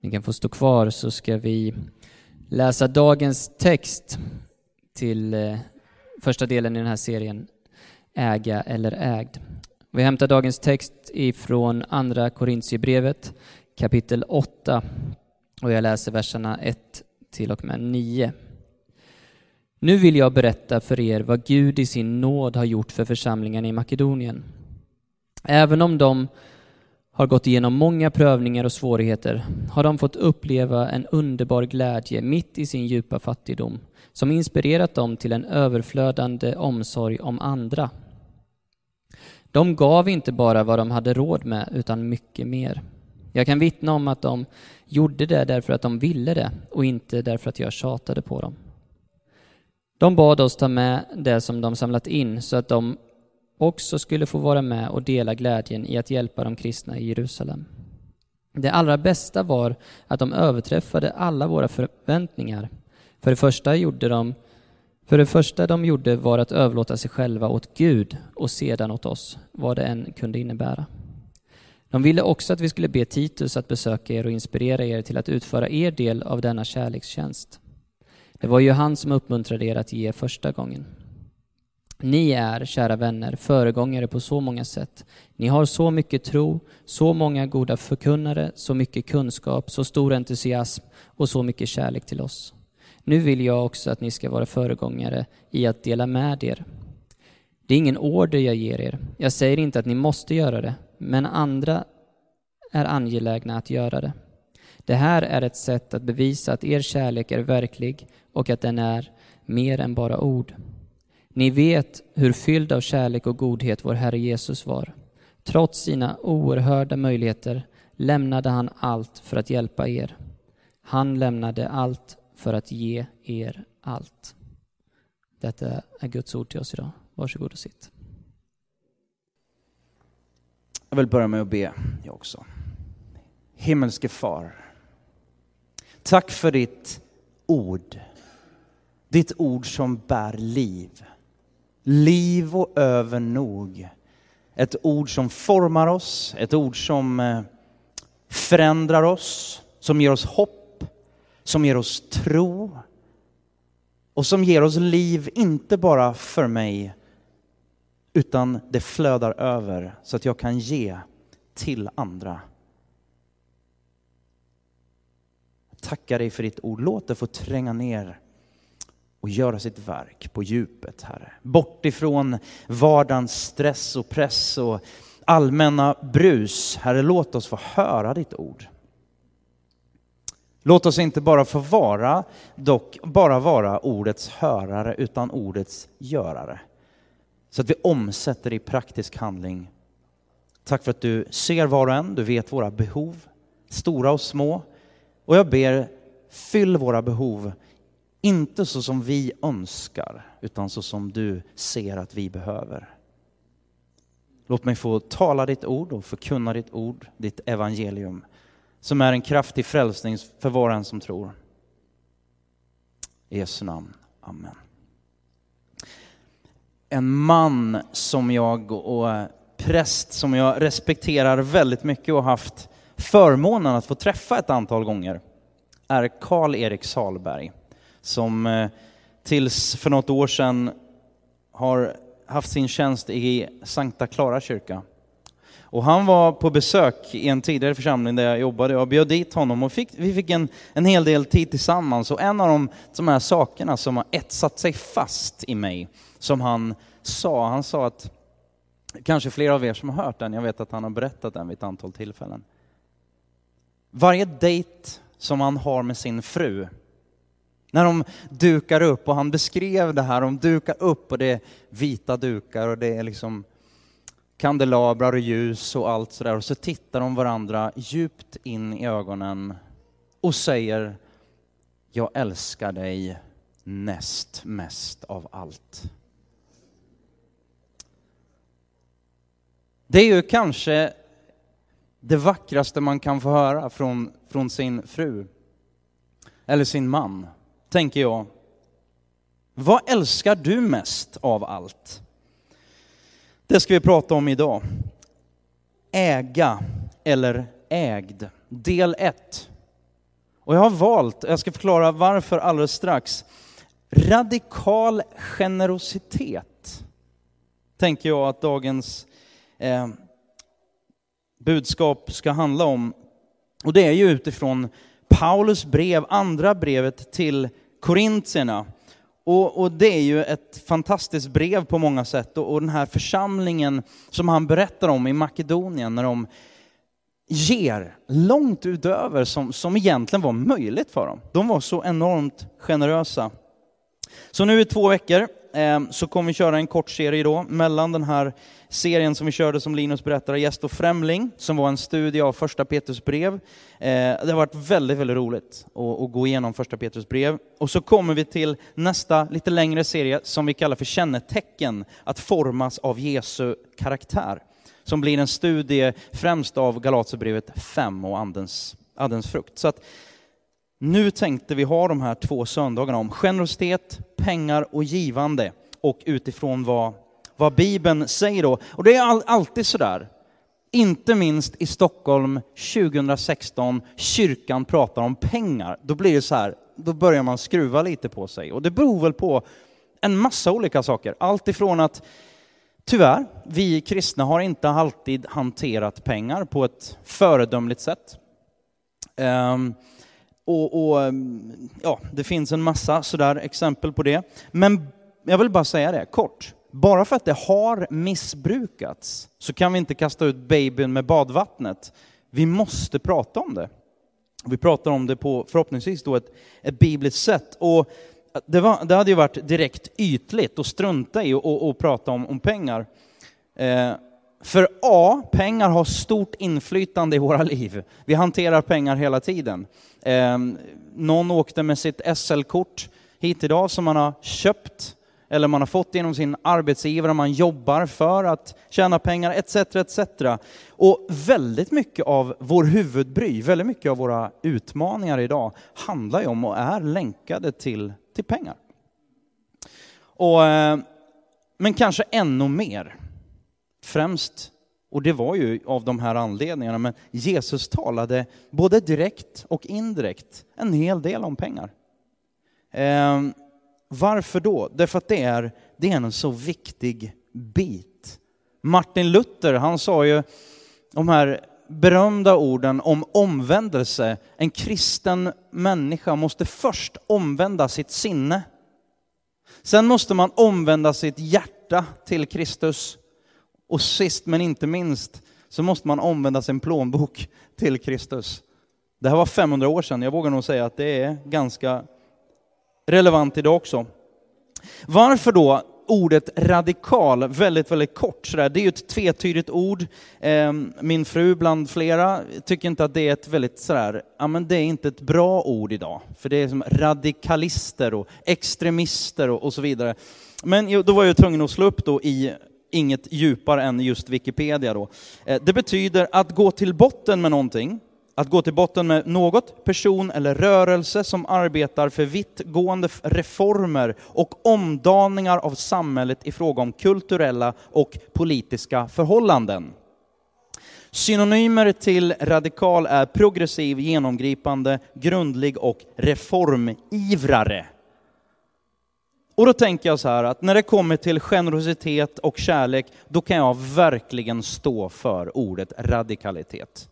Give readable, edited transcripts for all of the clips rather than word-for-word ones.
Ni kan få stå kvar så ska vi läsa dagens text till första delen i den här serien, Äga eller ägd. Vi hämtar dagens text ifrån andra Korintierbrevet kapitel 8 och jag läser verserna 1 till och med 9. Nu vill jag berätta för er vad Gud i sin nåd har gjort för församlingen i Makedonien. Även om de har gått igenom många prövningar och svårigheter har de fått uppleva en underbar glädje mitt i sin djupa fattigdom som inspirerat dem till en överflödande omsorg om andra. De gav inte bara vad de hade råd med utan mycket mer. Jag kan vittna om att de gjorde det därför att de ville det och inte därför att jag tjatade på dem. De bad oss ta med det som de samlat in så att de också skulle få vara med och dela glädjen i att hjälpa de kristna i Jerusalem. Det allra bästa var att de överträffade alla våra förväntningar. För det första de gjorde var att överlåta sig själva åt Gud och sedan åt oss, vad det än kunde innebära. De ville också att vi skulle be Titus att besöka er och inspirera er till att utföra er del av denna kärlekstjänst. Det var ju han som uppmuntrade er att ge första gången. Ni är, kära vänner, föregångare på så många sätt. Ni har så mycket tro, så många goda förkunnare, så mycket kunskap, så stor entusiasm och så mycket kärlek till oss. Nu vill jag också att ni ska vara föregångare i att dela med er. Det är ingen order jag ger er. Jag säger inte att ni måste göra det, men andra är angelägna att göra det. Det här är ett sätt att bevisa att er kärlek är verklig och att den är mer än bara ord. Ni vet hur fylld av kärlek och godhet vår Herre Jesus var. Trots sina oerhörda möjligheter lämnade han allt för att hjälpa er. Han lämnade allt för att ge er allt. Detta är Guds ord till oss idag. Varsågod och sitt. Jag vill börja med att be, jag också. Himmelske far, tack för ditt ord. Ditt ord som bär liv. Liv och över nog. Ett ord som formar oss. Ett ord som förändrar oss. Som ger oss hopp. Som ger oss tro. Och som ger oss liv inte bara för mig. Utan det flödar över så att jag kan ge till andra. Jag tackar dig för ditt ord. Låt det få tränga ner och göra sitt verk på djupet, Herre. Bort ifrån vardagens stress och press och allmänna brus. Herre, låt oss få höra ditt ord. Låt oss inte bara få vara ordets hörare utan ordets görare. Så att vi omsätter det i praktisk handling. Tack för att du ser var och en. Du vet våra behov, stora och små. Och jag ber, fyll våra behov. Inte så som vi önskar, utan så som du ser att vi behöver. Låt mig få tala ditt ord och förkunna ditt ord, ditt evangelium. Som är en kraftig frälsning för var och en som tror. I Jesu namn. Amen. En man som jag och präst som jag respekterar väldigt mycket och haft förmånen att få träffa ett antal gånger är Karl-Erik Salberg. Som tills för något år sedan har haft sin tjänst i Sankta Clara kyrka. Och han var på besök i en tidigare församling där jag jobbade. Jag bjöd dit honom och vi fick en hel del tid tillsammans. Och en av de här sakerna som har etsat sig fast i mig, som han sa att, kanske flera av er som har hört den, jag vet att han har berättat den vid ett antal tillfällen. Varje dejt som han har med sin fru, när de dukar upp, och han beskrev det här, de dukar upp och det är vita dukar och det är liksom kandelabrar och ljus och allt sådär. Och så tittar de varandra djupt in i ögonen och säger: jag älskar dig näst mest av allt. Det är ju kanske det vackraste man kan få höra från sin fru eller sin man, tänker jag. Vad älskar du mest av allt? Det ska vi prata om idag. Äga eller ägd. Del 1. Och jag ska förklara varför alldeles strax. Radikal generositet tänker jag att dagens budskap ska handla om. Och det är ju utifrån Paulus brev, andra brevet till korintierna. Och det är ju ett fantastiskt brev på många sätt. Och den här församlingen som han berättar om i Makedonien, när de ger långt utöver som egentligen var möjligt för dem. De var så enormt generösa. Så nu i 2 veckor så kommer vi köra en kort serie då, mellan den här serien som vi körde som Linus berättade, Gäst och främling, som var en studie av första Petrus brev. Det har varit väldigt, väldigt roligt att gå igenom första Petrus brev. Och så kommer vi till nästa lite längre serie som vi kallar för kännetecken, att formas av Jesu karaktär. Som blir en studie främst av Galaterbrevet 5 och andens frukt. Så att nu tänkte vi ha de här 2 söndagarna om generositet, pengar och givande. Och utifrån vad Bibeln säger då. Och det är alltid sådär. Inte minst i Stockholm 2016, kyrkan pratar om pengar. Då blir det så här, då börjar man skruva lite på sig. Och det beror väl på en massa olika saker. Allt ifrån att tyvärr, vi kristna har inte alltid hanterat pengar på ett föredömligt sätt. Det finns en massa sådär exempel på det. Men jag vill bara säga det kort. Bara för att det har missbrukats så kan vi inte kasta ut babyn med badvattnet. Vi måste prata om det. Vi pratar om det på förhoppningsvis då ett bibliskt sätt. Och det hade ju varit direkt ytligt att strunta i och prata om pengar. För pengar har stort inflytande i våra liv. Vi hanterar pengar hela tiden. Någon åkte med sitt SL-kort hit idag som man har köpt eller man har fått genom sin arbetsgivare, man jobbar för att tjäna pengar, etc. etc. Och väldigt mycket av vår huvudbry, väldigt mycket av våra utmaningar idag handlar ju om och är länkade till pengar. Men kanske ännu mer. Främst, och det var ju av de här anledningarna, men Jesus talade både direkt och indirekt en hel del om pengar. Varför då? Därför att det är en så viktig bit. Martin Luther, han sa ju de här berömda orden om omvändelse. En kristen människa måste först omvända sitt sinne. Sen måste man omvända sitt hjärta till Kristus. Och sist men inte minst så måste man omvända sin plånbok till Kristus. Det här var 500 år sedan. Jag vågar nog säga att det är ganska relevant idag också. Varför då ordet radikal? Väldigt, väldigt kort. Det är ju ett tvetydigt ord. Min fru bland flera tycker inte att det är ett väldigt sådär, men det är inte ett bra ord idag. För det är som radikalister och extremister och så vidare. Men då var jag tvungen att slå upp då i inget djupare än just Wikipedia då. Det betyder att gå till botten med någonting. Att gå till botten med något, person eller rörelse som arbetar för vittgående reformer och omdaningar av samhället i fråga om kulturella och politiska förhållanden. Synonymer till radikal är progressiv, genomgripande, grundlig och reformivrare. Och då tänker jag så här att när det kommer till generositet och kärlek, då kan jag verkligen stå för ordet radikalitet.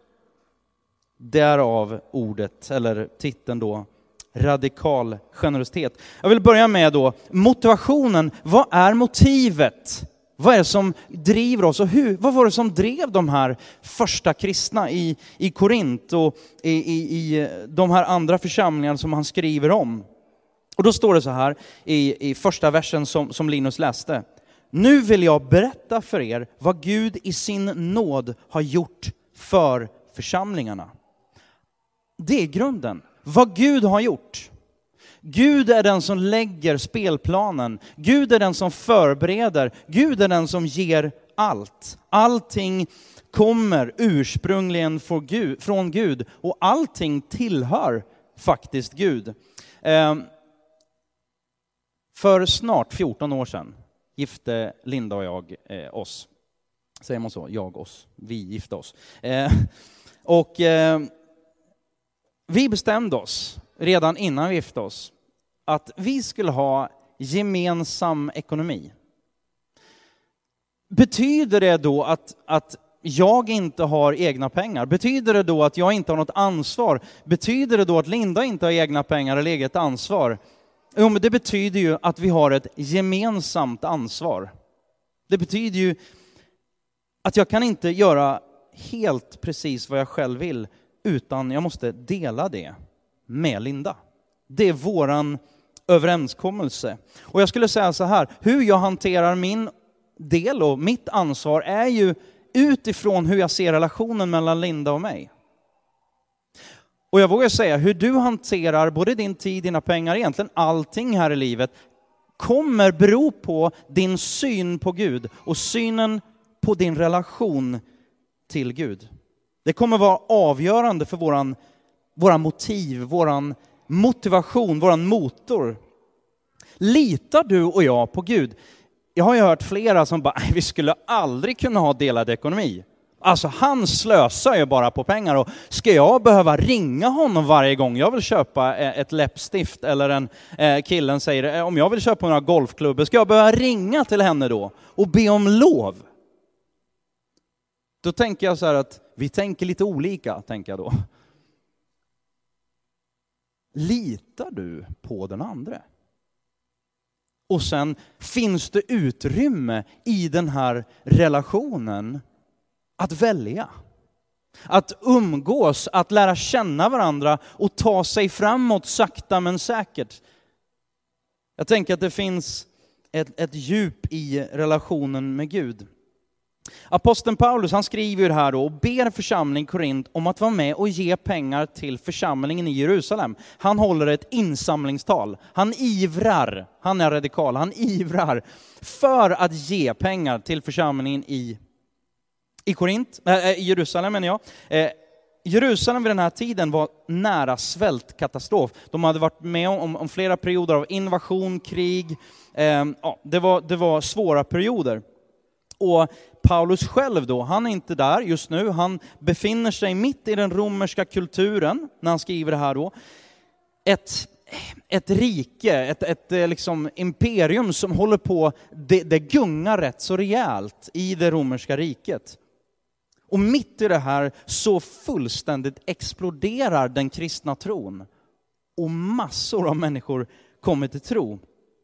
Därav ordet, eller titeln då, radikal generositet. Jag vill börja med då motivationen. Vad är motivet? Vad är det som driver oss? Och vad var det som drev de här första kristna i Korint och i de här andra församlingarna som han skriver om? Och då står det så här i första versen som Linus läste. Nu vill jag berätta för er vad Gud i sin nåd har gjort för församlingarna. Det är grunden. Vad Gud har gjort. Gud är den som lägger spelplanen. Gud är den som förbereder. Gud är den som ger allt. Allting kommer ursprungligen från Gud. Och allting tillhör faktiskt Gud. För snart 14 år sedan gifte Linda och jag oss. Säger man så? Jag oss. Vi gifte oss. Vi bestämde oss redan innan vi gifte oss att vi skulle ha gemensam ekonomi. Betyder det då att jag inte har egna pengar? Betyder det då att jag inte har något ansvar? Betyder det då att Linda inte har egna pengar eller eget ansvar? Jo, men det betyder ju att vi har ett gemensamt ansvar. Det betyder ju att jag kan inte göra helt precis vad jag själv vill, utan jag måste dela det med Linda. Det är våran överenskommelse. Och jag skulle säga så här, hur jag hanterar min del och mitt ansvar är ju utifrån hur jag ser relationen mellan Linda och mig. Och jag vågar säga, hur du hanterar både din tid, dina pengar, egentligen allting här i livet, kommer bero på din syn på Gud och synen på din relation till Gud. Det kommer vara avgörande för våran motiv, våran motivation, våran motor. Litar du och jag på Gud? Jag har ju hört flera som bara, vi skulle aldrig kunna ha delad ekonomi. Alltså han slösar ju bara på pengar, och ska jag behöva ringa honom varje gång jag vill köpa ett läppstift, eller en killen säger om jag vill köpa några golfklubbor, ska jag behöva ringa till henne då och be om lov? Då tänker jag så här att vi tänker lite olika, tänker jag då. Litar du på den andra? Och sen finns det utrymme i den här relationen att välja. Att umgås, att lära känna varandra och ta sig framåt sakta men säkert. Jag tänker att det finns ett djup i relationen med Gud. Aposteln Paulus, han skriver ju det här då och ber församlingen i Korint om att vara med och ge pengar till församlingen i Jerusalem. Han håller ett insamlingstal. Han ivrar, han är radikal, han ivrar för att ge pengar till församlingen i Jerusalem menar jag. Jerusalem vid den här tiden var nära svältkatastrof. De hade varit med om flera perioder av invasion, krig. Det var svåra perioder. Och Paulus själv då, han är inte där just nu. Han befinner sig mitt i den romerska kulturen när han skriver det här då. Ett rike, ett liksom imperium som håller på, det gungar rätt så rejält i det romerska riket. Och mitt i det här så fullständigt exploderar den kristna tron. Och massor av människor kommer till tro.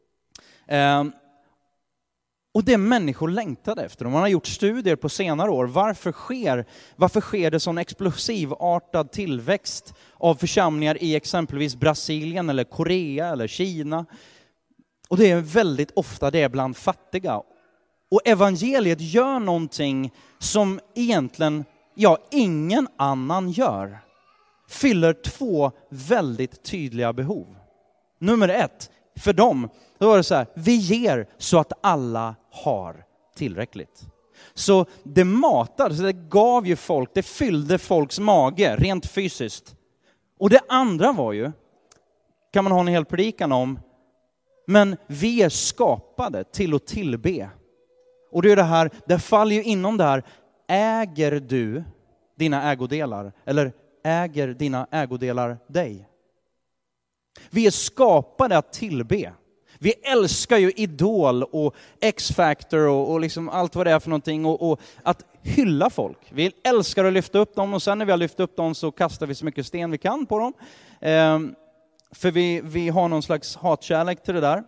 Och det människor längtade efter. Man har gjort studier på senare år. Varför sker det sån explosivartad tillväxt av församlingar i exempelvis Brasilien eller Korea eller Kina? Och det är väldigt ofta det bland fattiga. Och evangeliet gör någonting som egentligen ingen annan gör. Fyller två väldigt tydliga behov. Nummer 1, för dem, då var det så här, vi ger så att alla har tillräckligt. Så det matade, så det gav ju folk, det fyllde folks mage rent fysiskt. Och det andra var ju, kan man ha en hel predikan om, men vi är skapade till att tillbe. Och det är det här, det faller ju inom det här, äger du dina ägodelar? Eller äger dina ägodelar dig? Vi är skapade att tillbe. Vi älskar ju Idol och X-Factor och liksom allt vad det är för någonting. Och att hylla folk. Vi älskar att lyfta upp dem, och sen när vi har lyft upp dem så kastar vi så mycket sten vi kan på dem. För vi har någon slags hatkärlek till det där.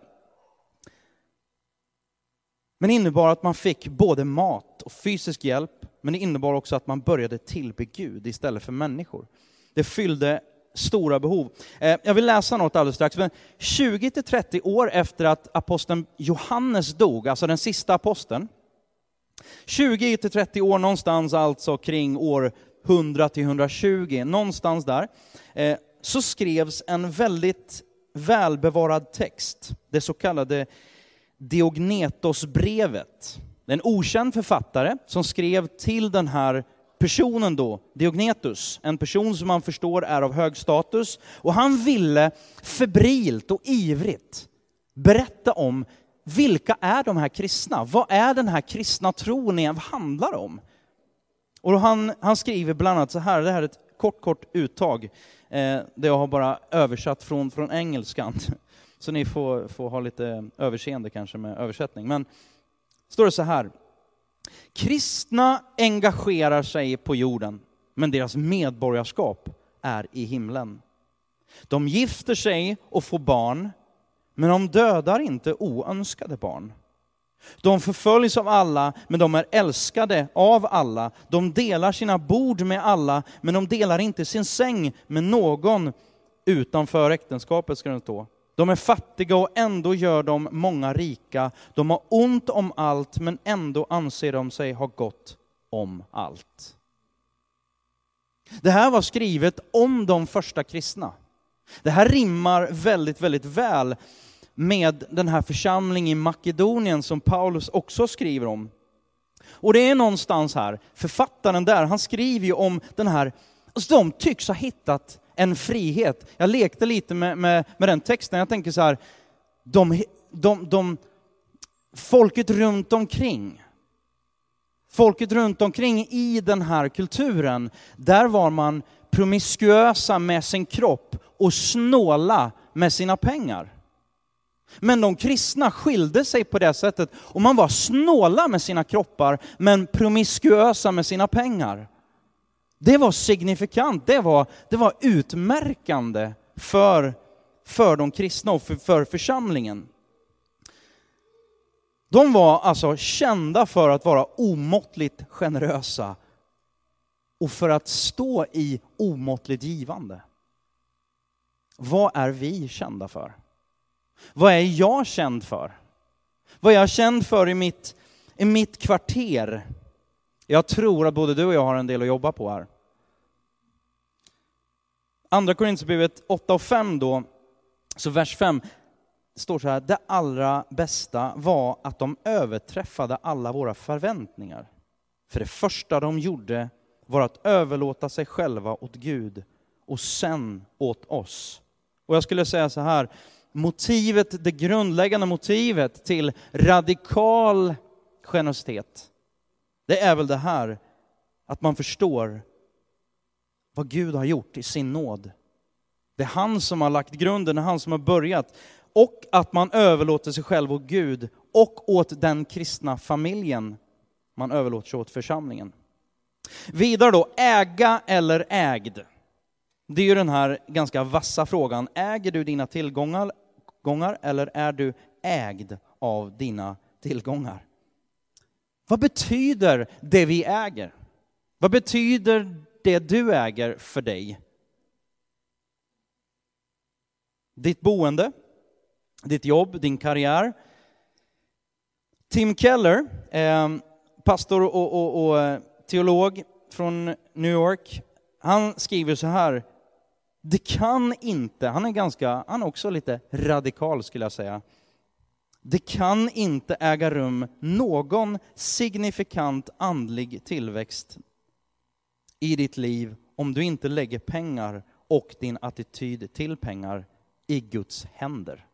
Men det innebar att man fick både mat och fysisk hjälp. Men det innebar också att man började tillbe Gud istället för människor. Det fyllde stora behov. Jag vill läsa något alldeles strax. Men 20-30 år efter att aposteln Johannes dog, alltså den sista aposteln. 20-30 år någonstans, alltså kring år 100-120, någonstans där. Så skrevs en väldigt välbevarad text. Det så kallade Diognetosbrevet. En okänd författare som skrev till den här personen då, Diognetus, en person som man förstår är av hög status, och han ville febrilt och ivrigt berätta om vilka är de här kristna, vad är den här kristna tron handlar om. Och han skriver bland annat så här, det här är ett kort uttag Det jag har bara översatt från engelskan. Så ni får ha lite överseende kanske med översättning. Men står det så här. Kristna engagerar sig på jorden, men deras medborgarskap är i himlen. De gifter sig och får barn, men de dödar inte oönskade barn. De förföljs av alla, men de är älskade av alla. De delar sina bord med alla, men de delar inte sin säng med någon utanför äktenskapet, ska det stå. De är fattiga och ändå gör de många rika. De har ont om allt, men ändå anser de sig ha gott om allt. Det här var skrivet om de första kristna. Det här rimmar väldigt, väldigt väl med den här församlingen i Makedonien som Paulus också skriver om. Och det är någonstans här, författaren där, han skriver ju om den här, alltså de tycks ha hittat en frihet. Jag lekte lite med den texten, jag tänker så här, folket runt omkring i den här kulturen, där var man promiskuösa med sin kropp och snåla med sina pengar. Men de kristna skilde sig på det sättet, och man var snåla med sina kroppar men promiskuösa med sina pengar. Det var signifikant, det var utmärkande för de kristna och för församlingen. De var alltså kända för att vara omåttligt generösa och för att stå i omåttligt givande. Vad är vi kända för? Vad är jag känd för? Vad är jag känd för i mitt kvarter? Jag tror att både du och jag har en del att jobba på här. Andra Korinthierbrevet 8 och 5 då, så vers 5 står så här: det allra bästa var att de överträffade alla våra förväntningar. För det första de gjorde var att överlåta sig själva åt Gud och sen åt oss. Och jag skulle säga så här, det grundläggande motivet till radikal generositet, det är väl det här, att man förstår vad Gud har gjort i sin nåd. Det är han som har lagt grunden, det är han som har börjat. Och att man överlåter sig själv åt Gud och åt den kristna familjen. Man överlåter sig åt församlingen. Vidare då, äga eller ägd. Det är ju den här ganska vassa frågan. Äger du dina tillgångar eller är du ägd av dina tillgångar? Vad betyder det vi äger? Vad betyder det du äger för dig? Ditt boende, ditt jobb, din karriär. Tim Keller, pastor och teolog från New York, han skriver så här: det kan inte, han är också lite radikal skulle jag säga. Det kan inte äga rum någon signifikant andlig tillväxt i ditt liv om du inte lägger pengar och din attityd till pengar i Guds händer.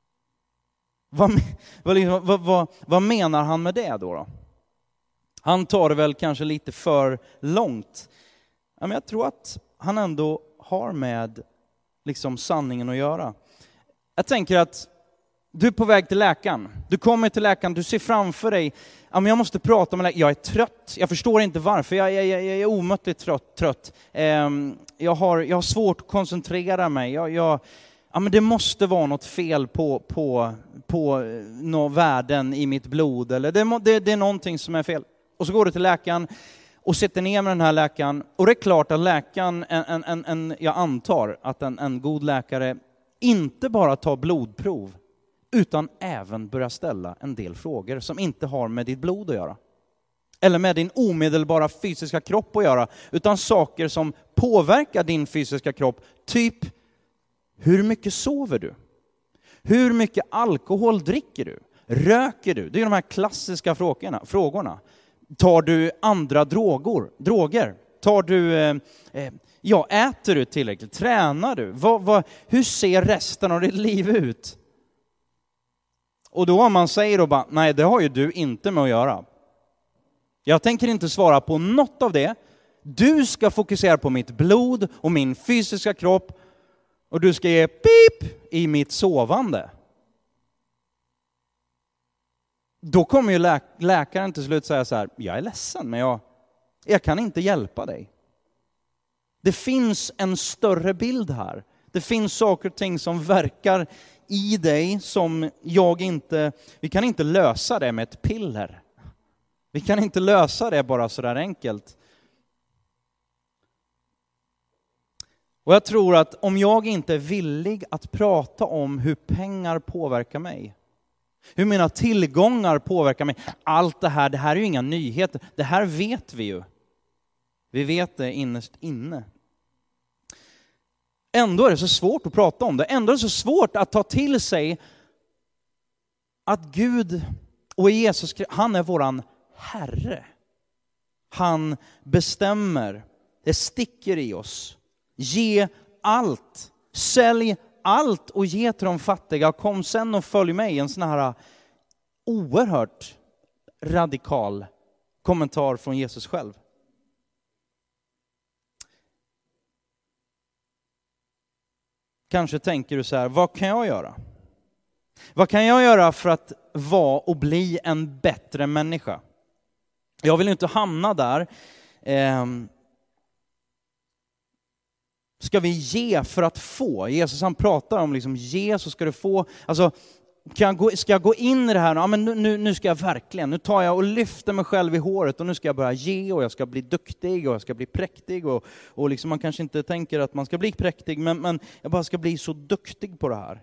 Vad menar han med det då? Han tar det väl kanske lite för långt. Men jag tror att han ändå har med liksom sanningen att göra. Jag tänker att du är på väg till läkaren. Du kommer till läkaren, du ser framför dig, jag måste prata med läkaren. Jag är trött, jag förstår inte varför. Jag är omåttligt trött. Jag har svårt att koncentrera mig. Men det måste vara något fel på några värden i mitt blod. Eller det är någonting som är fel. Och så går du till läkaren och sitter ner med den här läkaren. Och det är klart att läkaren, jag antar att en god läkare inte bara tar blodprov, utan även börjar ställa en del frågor som inte har med ditt blod att göra. Eller med din omedelbara fysiska kropp att göra. Utan saker som påverkar din fysiska kropp. Typ, hur mycket sover du? Hur mycket alkohol dricker du? Röker du? Det är de här klassiska frågorna. Tar du andra droger? Tar du, äter du tillräckligt? Tränar du? Hur ser resten av ditt liv ut? Och då om man säger då bara, nej det har ju du inte med att göra. Jag tänker inte svara på något av det. Du ska fokusera på mitt blod och min fysiska kropp. Och du ska ge pip i mitt sovande. Då kommer ju läkaren till slut säga så här: jag är ledsen, men jag kan inte hjälpa dig. Det finns en större bild här. Det finns saker och ting som verkar i dig som vi kan inte lösa det med ett piller. Vi kan inte lösa det bara så där enkelt. Och jag tror att om jag inte är villig att prata om hur pengar påverkar mig, hur mina tillgångar påverkar mig, allt det här är ju inga nyheter. Det här vet vi ju. Vi vet det innerst inne. Ändå är det så svårt att prata om det. Ändå är det så svårt att ta till sig att Gud och Jesus, han är våran Herre. Han bestämmer. Det sticker i oss. Ge allt. Sälj allt och ge till de fattiga. Kom sen och följ mig. En sån här oerhört radikal kommentar från Jesus själv. Kanske tänker du så här: vad kan jag göra? Vad kan jag göra för att vara och bli en bättre människa? Jag vill inte hamna där. Ska vi ge för att få? Jesus han pratar om liksom, ge så ska du få. Alltså, ska jag gå in i det här? Ja, men nu ska jag verkligen. Nu tar jag och lyfter mig själv i håret och nu ska jag börja ge och jag ska bli duktig och jag ska bli präktig. Och liksom, man kanske inte tänker att man ska bli präktig, men jag bara ska bli så duktig på det här.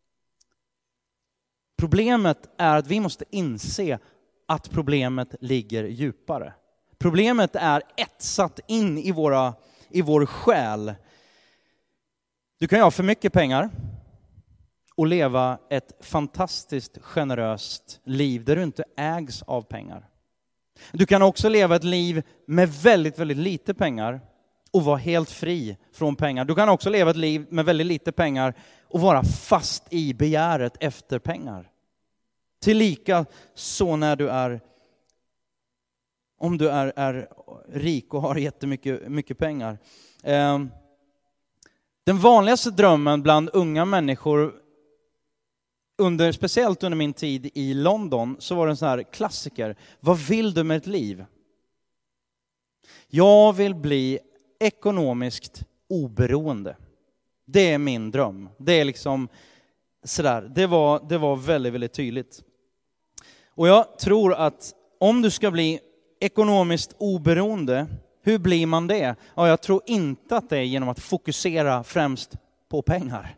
Problemet är att vi måste inse att problemet ligger djupare. Problemet är etsat in i vår själ. Du kan ju ha för mycket pengar och leva ett fantastiskt generöst liv där du inte ägs av pengar. Du kan också leva ett liv med väldigt, väldigt lite pengar och vara helt fri från pengar. Du kan också leva ett liv med väldigt lite pengar och vara fast i begäret efter pengar. Tillika så när du om du är rik och har jättemycket pengar. Den vanligaste drömmen bland unga människor, speciellt under min tid i London, så var det en sån här klassiker. Vad vill du med ett liv? Jag vill bli ekonomiskt oberoende. Det är min dröm. Det är liksom sådär. Det var väldigt, väldigt tydligt. Och jag tror att om du ska bli ekonomiskt oberoende, hur blir man det? Ja, jag tror inte att det är genom att fokusera främst på pengar.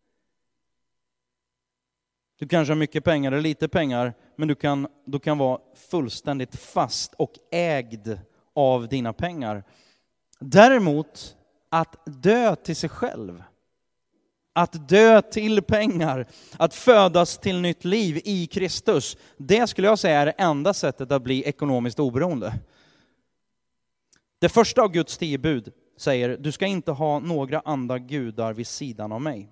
Du kanske har mycket pengar eller lite pengar, men du kan vara fullständigt fast och ägd av dina pengar. Däremot att dö till sig själv, att dö till pengar, att födas till nytt liv i Kristus, det skulle jag säga är det enda sättet att bli ekonomiskt oberoende. Det första av Guds 10 bud säger: du ska inte ha några andra gudar vid sidan av mig.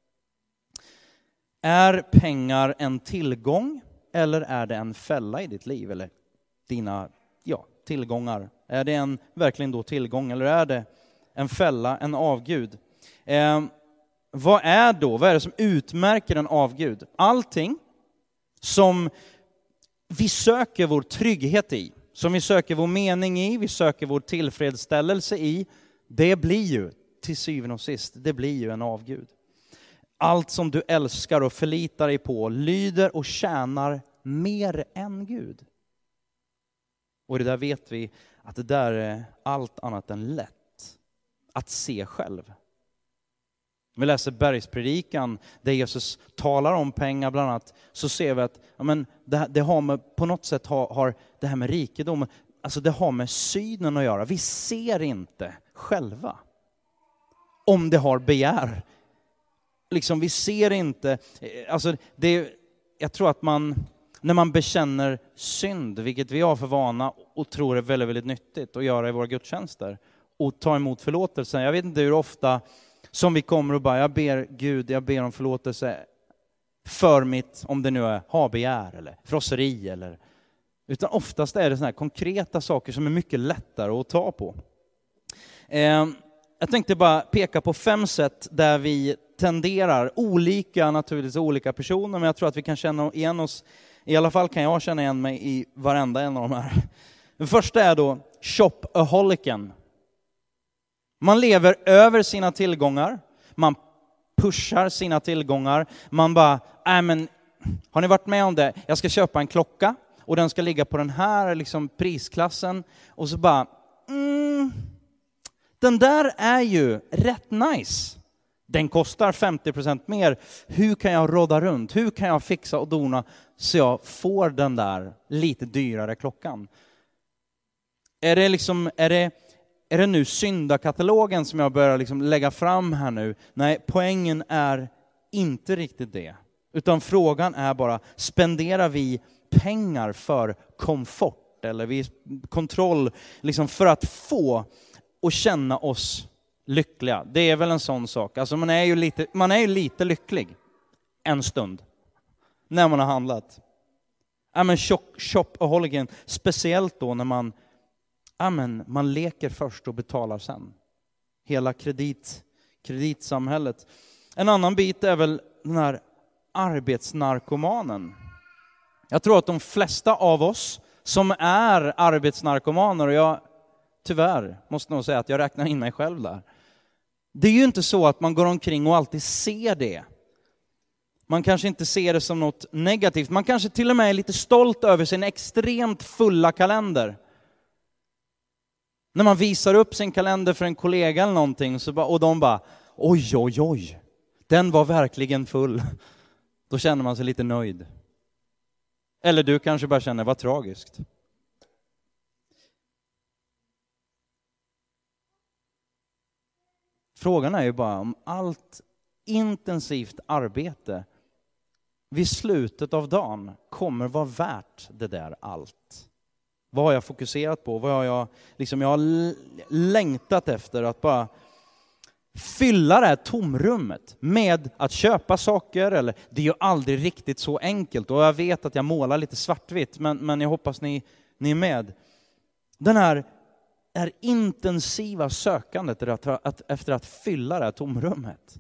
Är pengar en tillgång eller är det en fälla i ditt liv? Eller dina tillgångar. Är det verkligen då tillgång eller är det en fälla, en avgud? Vad är det som utmärker en avgud? Allting som vi söker vår trygghet i, som vi söker vår mening i, vi söker vår tillfredsställelse i, det blir ju till syvende och sist, det blir ju en avgud. Allt som du älskar och förlitar dig på lyder och tjänar mer än Gud. Och det där vet vi att det där är allt annat än lätt att se själv. Vi läser bergspredikan där Jesus talar om pengar bland annat, så ser vi att det har med, på något sätt har det här med rikedom, alltså det har med synen att göra. Vi ser inte själva om det har begär. Liksom vi ser inte, alltså jag tror att när man bekänner synd, vilket vi har för vana och tror är väldigt, väldigt nyttigt att göra i våra gudstjänster och ta emot förlåtelse. Jag vet inte hur ofta som vi kommer och bara, jag ber om förlåtelse för mitt, om det nu är habegär eller frosseri utan oftast är det såna här konkreta saker som är mycket lättare att ta på. Jag tänkte bara peka på 5 sätt där vi tenderar, naturligtvis olika personer, men jag tror att vi kan känna igen oss, i alla fall kan jag känna igen mig i varenda en av de här. Den första är då shopaholiken. Man lever över sina tillgångar, man pushar sina tillgångar, man bara, men har ni varit med om det? Jag ska köpa en klocka och den ska ligga på den här liksom prisklassen, och så bara, den där är ju rätt nice. Den kostar 50% mer. Hur kan jag rodda runt? Hur kan jag fixa och dona så jag får den där lite dyrare klockan? Är det nu syndakatalogen som jag börjar liksom lägga fram här nu? Nej, poängen är inte riktigt det. Utan frågan är bara, spenderar vi pengar för komfort eller kontroll liksom för att få och känna oss lyckliga? Det är väl en sån sak. Alltså man är ju lite lycklig en stund när man har handlat. Shopaholiken, speciellt då när man leker först och betalar sen. Hela kreditsamhället. En annan bit är väl den här arbetsnarkomanen. Jag tror att de flesta av oss som är arbetsnarkomaner, och jag tyvärr måste nog säga att jag räknar in mig själv där. Det är ju inte så att man går omkring och alltid ser det. Man kanske inte ser det som något negativt. Man kanske till och med är lite stolt över sin extremt fulla kalender. När man visar upp sin kalender för en kollega eller någonting och de bara, oj, den var verkligen full. Då känner man sig lite nöjd. Eller du kanske bara känner, vad tragiskt. Frågan är ju bara om allt intensivt arbete vid slutet av dagen kommer vara värt det där allt. Vad har jag fokuserat på? Vad har jag har längtat efter att bara fylla det här tomrummet med att köpa saker, eller det är ju aldrig riktigt så enkelt, och jag vet att jag målar lite svartvitt, men jag hoppas ni är med. Den här intensiva sökandet efter att fylla det här tomrummet.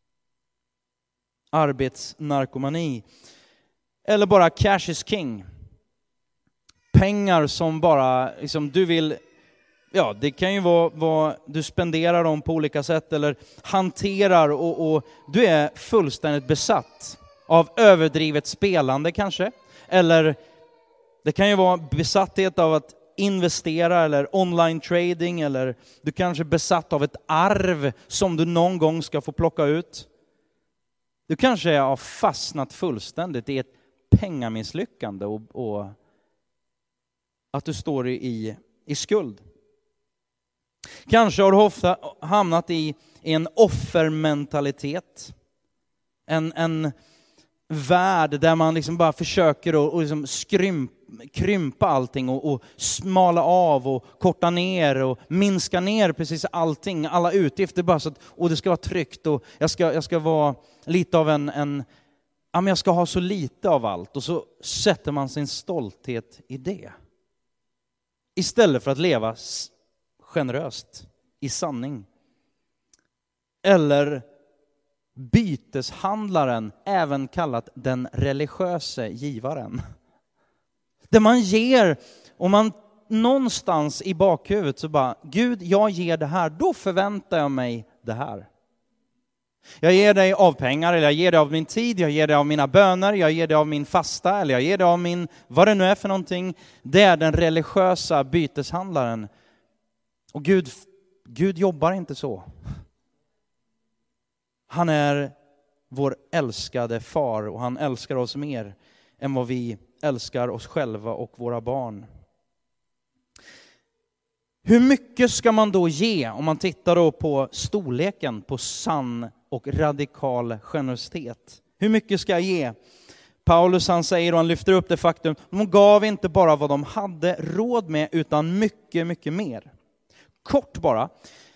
Arbetsnarkomani. Eller bara cash is king. Pengar som bara du vill, det kan ju vara du spenderar dem på olika sätt eller hanterar, och du är fullständigt besatt av överdrivet spelande kanske. Eller det kan ju vara besatthet av att investera eller online trading, eller du kanske är besatt av ett arv som du någon gång ska få plocka ut. Du kanske har fastnat fullständigt i ett pengamisslyckande och att du står i skuld. Kanske har du ofta hamnat i en offermentalitet. En värld där man bara försöker att krympa allting och smala av och korta ner och minska ner precis allting, alla utgifter bara så att, och det ska vara tryggt, och jag ska vara lite av jag ska ha så lite av allt, och så sätter man sin stolthet i det. Istället för att leva generöst i sanning. Eller byteshandlaren, även kallat den religiöse givaren. Där man ger, och man någonstans i bakhuvudet så bara, Gud, jag ger det här, då förväntar jag mig det här. Jag ger dig av pengar, eller jag ger dig av min tid, jag ger dig av mina böner, jag ger dig av min fasta, eller jag ger dig av min, vad det nu är för någonting. Det är den religiösa byteshandlaren. Och Gud jobbar inte så. Han är vår älskade far, och han älskar oss mer än vad vi älskar oss själva och våra barn. Hur mycket ska man då ge om man tittar då på storleken på sann och radikal generositet? Hur mycket ska jag ge? Paulus han säger, och han lyfter upp det faktum, de gav inte bara vad de hade råd med utan mycket, mycket mer. Kort bara.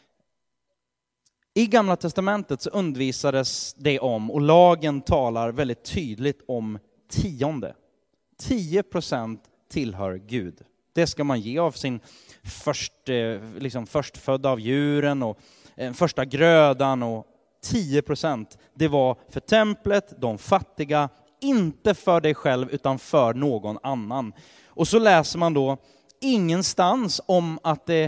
I Gamla testamentet så undervisades det om, och lagen talar väldigt tydligt om 10%. 10% tillhör Gud. Det ska man ge av sin förstfödda av djuren och första grödan, och 10% det var för templet, de fattiga, inte för dig själv utan för någon annan. Och så läser man då ingenstans om att det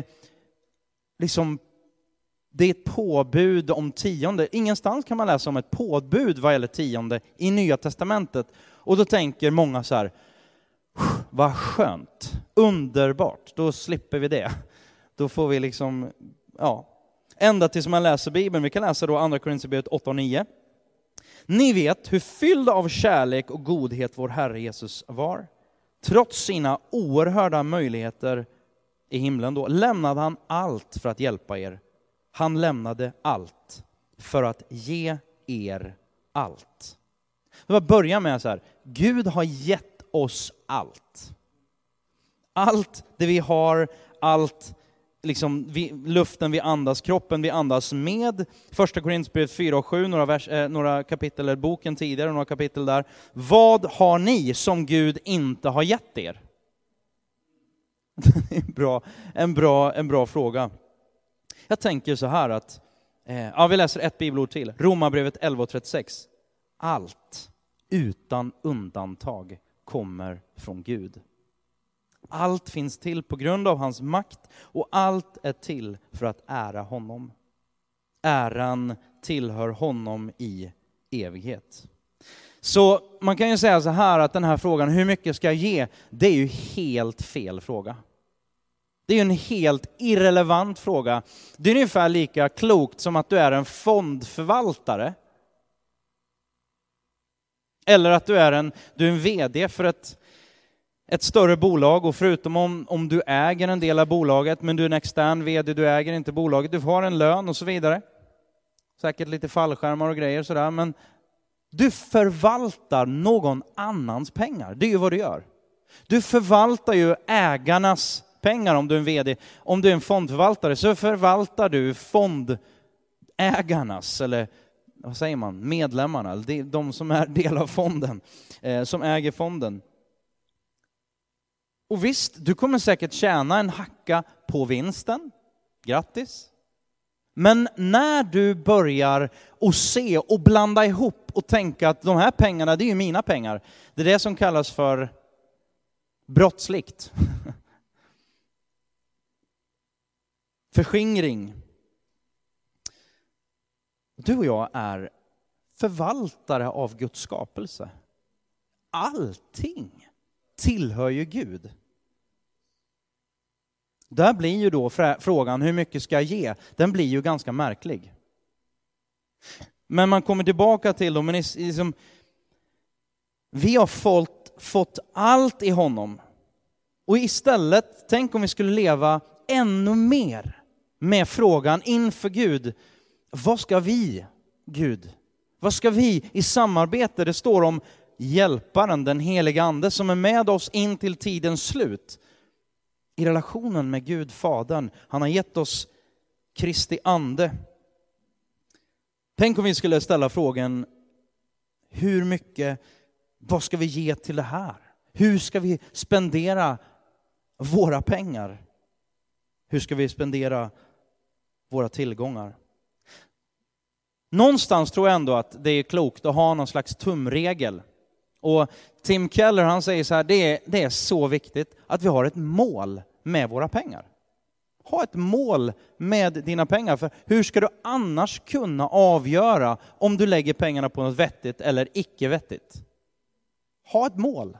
är ett påbud om tionde. Ingenstans kan man läsa om ett påbud vad gäller tionde i Nya testamentet. Och då tänker många så här, vad skönt, underbart, då slipper vi det. Då får vi ända tills man läser Bibeln. Vi kan läsa då Andra Korinthierbrevet 8 och 9. Ni vet hur fylld av kärlek och godhet vår Herre Jesus var. Trots sina oerhörda möjligheter i himlen då lämnade han allt för att hjälpa er. Han lämnade allt för att ge er allt. Så jag börjar med så här, Gud har gett oss allt. Allt det vi har, allt luften vi andas, kroppen vi andas med. Första Korinthierbrevet 4 och 7, några kapitel i boken tidigare, några kapitel där. Vad har ni som Gud inte har gett er? Det är en bra fråga. Jag tänker så här att, vi läser ett bibelord till. Romarbrevet 11:36. Allt utan undantag kommer från Gud. Allt finns till på grund av hans makt och allt är till för att ära honom. Äran tillhör honom i evighet. Så man kan ju säga så här att den här frågan, hur mycket ska jag ge? Det är ju helt fel fråga. Det är ju en helt irrelevant fråga. Det är ungefär lika klokt som att du är en fondförvaltare. Eller att du är en vd för ett större bolag, och förutom om du äger en del av bolaget, men du är en extern vd, du äger inte bolaget, du har en lön och så vidare. Säkert lite fallskärmar och grejer sådär, men du förvaltar någon annans pengar. Det är ju vad du gör. Du förvaltar ju ägarnas pengar om du är en vd. Om du är en fondförvaltare så förvaltar du fondägarnas, eller vad säger man, medlemmarna, de som är del av fonden, som äger fonden. Och visst, du kommer säkert tjäna en hacka på vinsten. Grattis. Men när du börjar att se och blanda ihop och tänka att de här pengarna, det är ju mina pengar. Det är det som kallas för brottsligt. Förskingring. Du och jag är förvaltare av Guds skapelse. Allting tillhör ju Gud. Där blir ju då frågan, hur mycket ska jag ge? Den blir ju ganska märklig. Men man kommer tillbaka till dem, men vi har fått allt i honom. Och istället, tänk om vi skulle leva ännu mer med frågan inför Gud. Vad ska vi, Gud? Vad ska vi i samarbete? Det står om hjälparen, den heliga ande, som är med oss in till tidens slut. I relationen med Gud, Fadern. Han har gett oss Kristi ande. Tänk om vi skulle ställa frågan, hur mycket, vad ska vi ge till det här? Hur ska vi spendera våra pengar? Hur ska vi spendera våra tillgångar? Någonstans tror jag ändå att det är klokt att ha någon slags tumregel. Och Tim Keller, han säger så här, det är så viktigt att vi har ett mål med våra pengar. Ha ett mål med dina pengar. För hur ska du annars kunna avgöra om du lägger pengarna på något vettigt eller icke vettigt? Ha ett mål.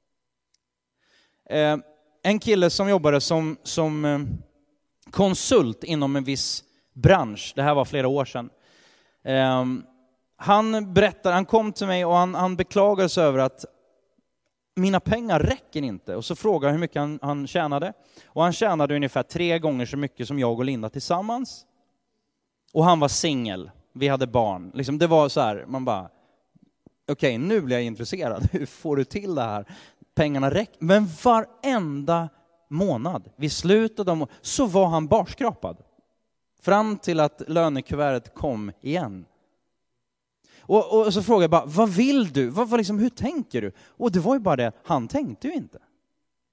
En kille som jobbade som konsult inom en viss bransch, det här var flera år sedan. Han kom till mig och han beklagade sig över att mina pengar räcker inte. Och så frågade hur mycket han tjänade. Och han tjänade ungefär 3 gånger så mycket som jag och Linda tillsammans. Och han var singel. Vi hade barn. Det var så här, man bara, okej, nu blir jag intresserad. Hur får du till det här? Pengarna räcker. Men varenda månad, vid slutet av så var han barskrapad. Fram till att lönekuvertet kom igen. Och så frågade jag bara, vad vill du? Hur tänker du? Och det var ju bara det, han tänkte ju inte.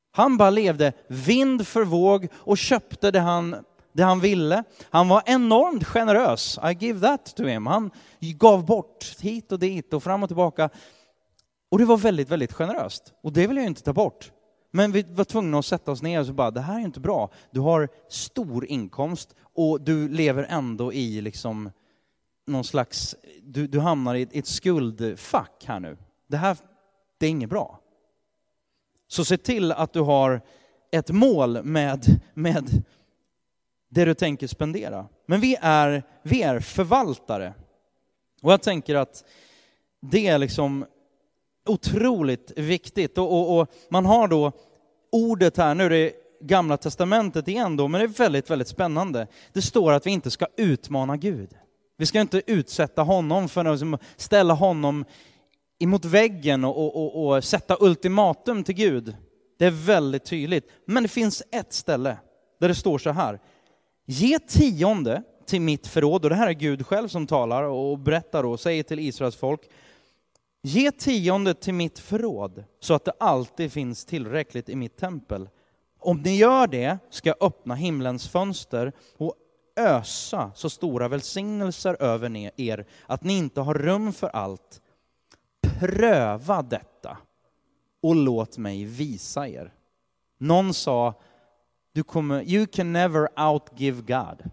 Han bara levde vind för våg och köpte det han ville. Han var enormt generös. I give that to him. Han gav bort hit och dit och fram och tillbaka. Och det var väldigt, väldigt generöst. Och det vill jag inte ta bort. Men vi var tvungna att sätta oss ner och så bara, det här är inte bra. Du har stor inkomst och du lever ändå i liksom någon slags, du hamnar i ett skuldfack här nu. Det är inget bra. Så se till att du har ett mål med det du tänker spendera. Men vi är förvaltare. Och jag tänker att det är liksom otroligt viktigt. Och man har då ordet här, nu är det Gamla testamentet igen då, men det är väldigt, väldigt spännande. Det står att vi inte ska utmana Gud. Vi ska inte utsätta honom för att ställa honom emot väggen och sätta ultimatum till Gud. Det är väldigt tydligt. Men det finns ett ställe där det står så här. Ge 10 till mitt förråd. Och det här är Gud själv som talar och berättar och säger till Israels folk. Ge 10 till mitt förråd så att det alltid finns tillräckligt i mitt tempel. Om ni gör det ska jag öppna himlens fönster och ösa så stora välsignelser över er att ni inte har rum för allt. Pröva detta och låt mig visa er. Någon sa, you can never outgive God.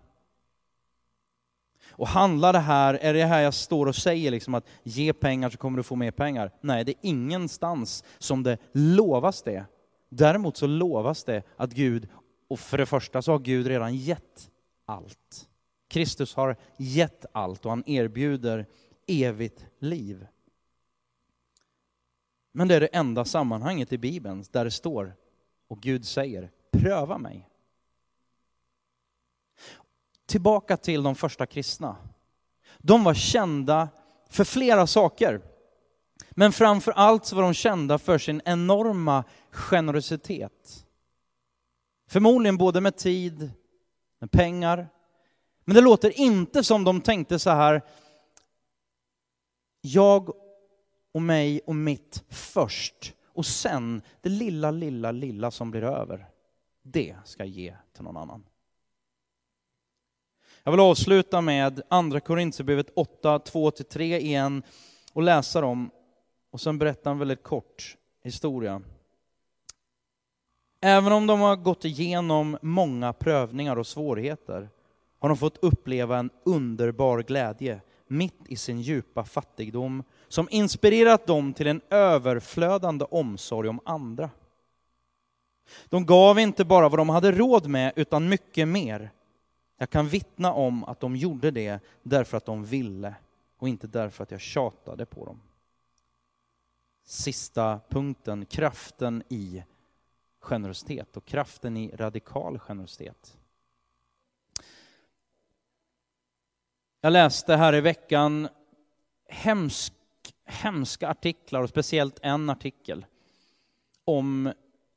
Och handlar det här, är det här jag står och säger liksom att ge pengar så kommer du få mer pengar? Nej, det är ingenstans som det lovas det. Däremot så lovas det att Gud, och för det första så har Gud redan gett allt. Kristus har gett allt och han erbjuder evigt liv. Men det är det enda sammanhanget i Bibeln där det står och Gud säger, pröva mig. Tillbaka till de första kristna. De var kända för flera saker. Men framför allt så var de kända för sin enorma generositet. Förmodligen både med tid, med pengar. Men det låter inte som de tänkte så här. Jag och mig och mitt först. Och sen det lilla som blir över. Det ska jag ge till någon annan. Jag vill avsluta med andra Korinthierbrevet 8, 2-3 igen. Och läsa dem. Och sen berätta en väldigt kort historia. Även om de har gått igenom många prövningar och svårigheter har de fått uppleva en underbar glädje mitt i sin djupa fattigdom som inspirerat dem till en överflödande omsorg om andra. De gav inte bara vad de hade råd med utan mycket mer. Jag kan vittna om att de gjorde det därför att de ville och inte därför att jag tjatade på dem. Sista punkten, kraften i generositet och kraften i radikal generositet. Jag läste här i veckan hemska artiklar och speciellt en artikel om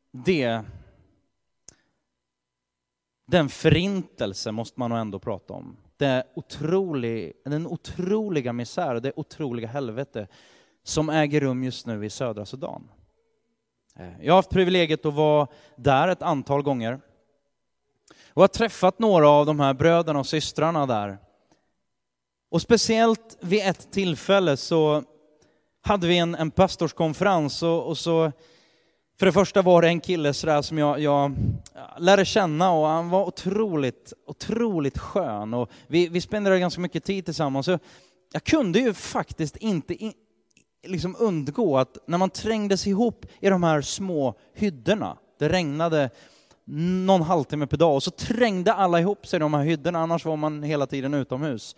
den förintelse måste man nog ändå prata om. Den otroliga misär, det otroliga helvete som äger rum just nu i södra Sudan. Jag har haft privilegiet att vara där ett antal gånger. Och har träffat några av de här bröderna och systrarna där. Och speciellt vid ett tillfälle så hade vi en pastorskonferens och så för det första var det en kille så där som jag lärde känna och han var otroligt skön och vi spenderade ganska mycket tid tillsammans. Så jag kunde ju faktiskt inte liksom undgå att när man trängdes ihop i de här små hyddorna, det regnade någon halvtimme per dag och så trängde alla ihop sig i de här hyddorna, annars var man hela tiden utomhus.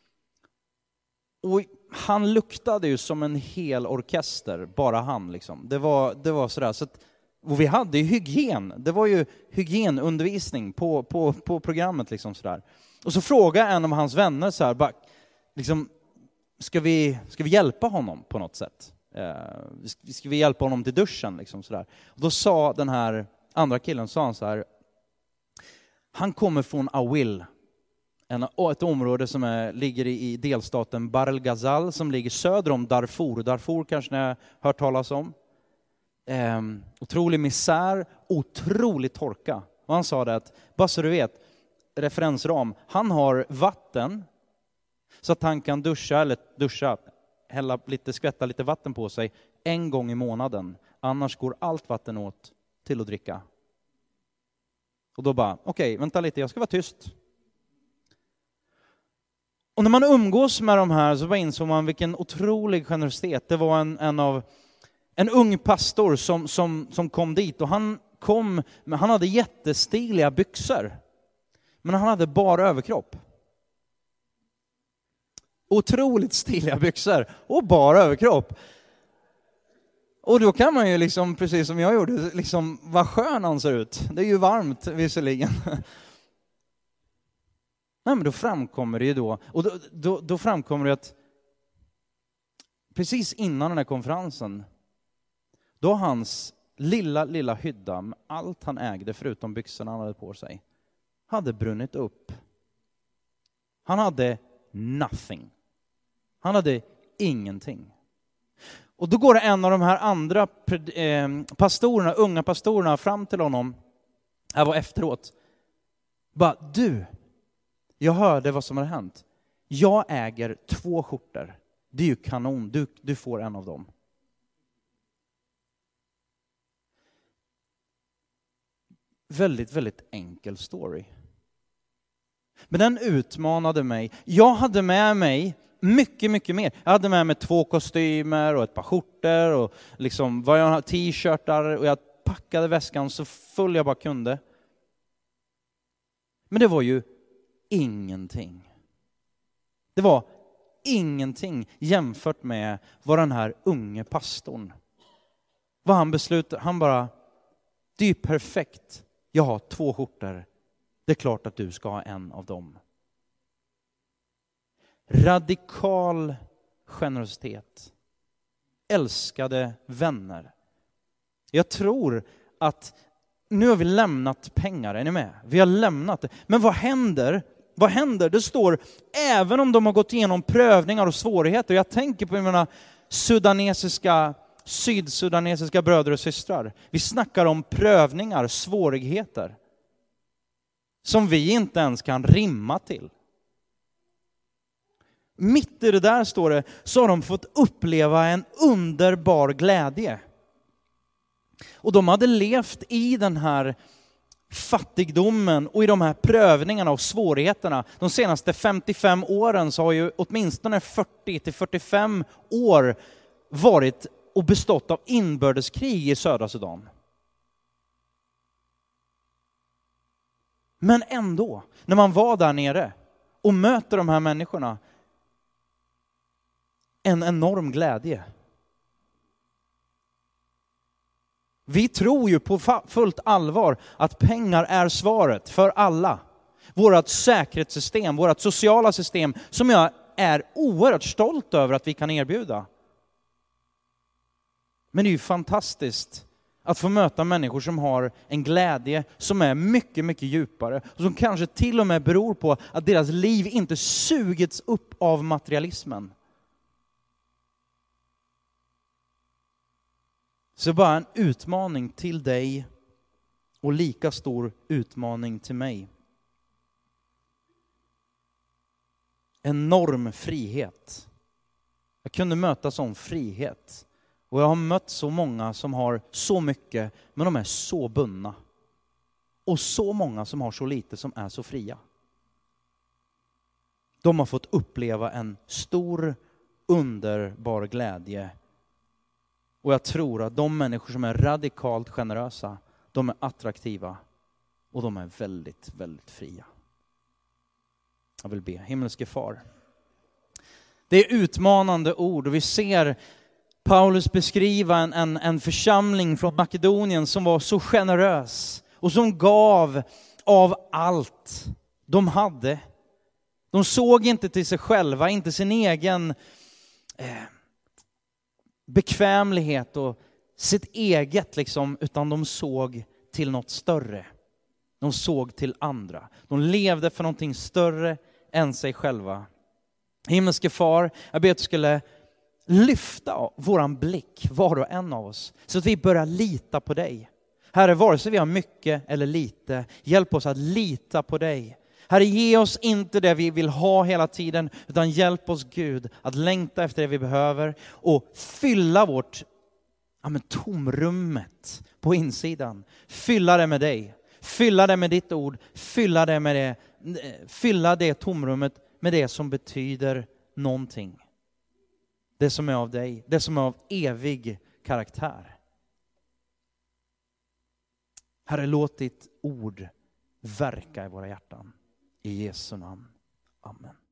Och han luktade ju som en hel orkester, bara han liksom. Det var sådär. Så att, och vi hade ju hygien. Det var ju hygienundervisning på programmet liksom sådär. Och så frågade en av hans vänner så här, bara, liksom, ska vi hjälpa honom på något sätt? Ska vi hjälpa honom till duschen liksom sådär. Och då sa den här andra killen, sa han så här, han kommer från Awil. Ett område som ligger i delstaten Bahr el Ghazal som ligger söder om Darfur. Darfur kanske ni har hört talas om. otrolig misär, otrolig torka. Och han sa det att, bara så du vet, referensram, han har vatten så att han kan duscha, skvätta lite vatten på sig en gång i månaden. Annars går allt vatten åt till att dricka. Och då bara, okej, vänta lite, jag ska vara tyst. Och när man umgås med de här så bara insåg man vilken otrolig generositet. Det var en ung pastor som kom dit, och han hade jättestiliga byxor. Men han hade bara överkropp. Otroligt stiliga byxor och bara överkropp. Och då kan man ju liksom, precis som jag gjorde, liksom, vad skön han ser ut. Det är ju varmt visserligen. Nej, men då framkommer det ju då framkommer det att precis innan den här konferensen, då hans lilla hydda med allt han ägde förutom byxorna han hade på sig hade brunnit upp. Han hade nothing. Han hade ingenting. Och då går det en av de här andra unga pastorerna fram till honom. Jag var efteråt. Bara, du, jag hörde vad som har hänt. Jag äger 2 skjortor. Det är ju kanon, du får en av dem. Väldigt, väldigt enkel story. Men den utmanade mig. Jag hade med mig mycket, mycket mer. Jag hade med mig 2 kostymer och ett par skjortor och liksom t-shirtar, och jag packade väskan så full jag bara kunde. Men det var ju ingenting. Det var ingenting jämfört med vad den här unge pastorn, vad han beslutade. Han bara, det är ju perfekt. Jag har 2 skjortor. Det är klart att du ska ha en av dem. Radikal generositet. Älskade vänner. Jag tror att nu har vi lämnat pengar, är ni med? Vi har lämnat det. Men vad händer? Vad händer? Det står, även om de har gått igenom prövningar och svårigheter. Jag tänker på mina sydsudanesiska bröder och systrar. Vi snackar om prövningar, svårigheter som vi inte ens kan rimma till. Mitt i det där, står det, så har de fått uppleva en underbar glädje. Och de hade levt i den här fattigdomen och i de här prövningarna och svårigheterna. De senaste 55 åren så har ju åtminstone 40-45 år varit och bestått av inbördeskrig i södra Sudan. Men ändå, när man var där nere och möter de här människorna, en enorm glädje. Vi tror ju på fullt allvar att pengar är svaret för alla. Vårt säkerhetssystem, vårt sociala system, som jag är oerhört stolt över att vi kan erbjuda. Men det är ju fantastiskt att få möta människor som har en glädje som är mycket, mycket djupare. Och som kanske till och med beror på att deras liv inte sugits upp av materialismen. Så bara en utmaning till dig och lika stor utmaning till mig. Enorm frihet. Jag kunde möta sån frihet. Och jag har mött så många som har så mycket, men de är så bundna. Och så många som har så lite, som är så fria. De har fått uppleva en stor, underbar glädje. Och jag tror att de människor som är radikalt generösa, de är attraktiva och de är väldigt, väldigt fria. Jag vill be. Himmelske far. Det är utmanande ord, och vi ser Paulus beskriva en församling från Makedonien som var så generös och som gav av allt de hade. De såg inte till sig själva, inte sin egen bekvämlighet och sitt eget liksom, utan de såg till något större. De såg till andra. De levde för någonting större än sig själva. Himmelske far, jag ber att du skulle lyfta våran blick, var och en av oss, så att vi börjar lita på dig. Herre, vare sig vi har mycket eller lite, hjälp oss att lita på dig. Herre, ge oss inte det vi vill ha hela tiden, utan hjälp oss Gud att längta efter det vi behöver och fylla vårt tomrummet på insidan. Fylla det med dig. Fylla det med ditt ord. Fylla det tomrummet med det som betyder någonting. Det som är av dig. Det som är av evig karaktär. Herre, låt ditt ord verka i våra hjärtan. I Jesu namn. Amen.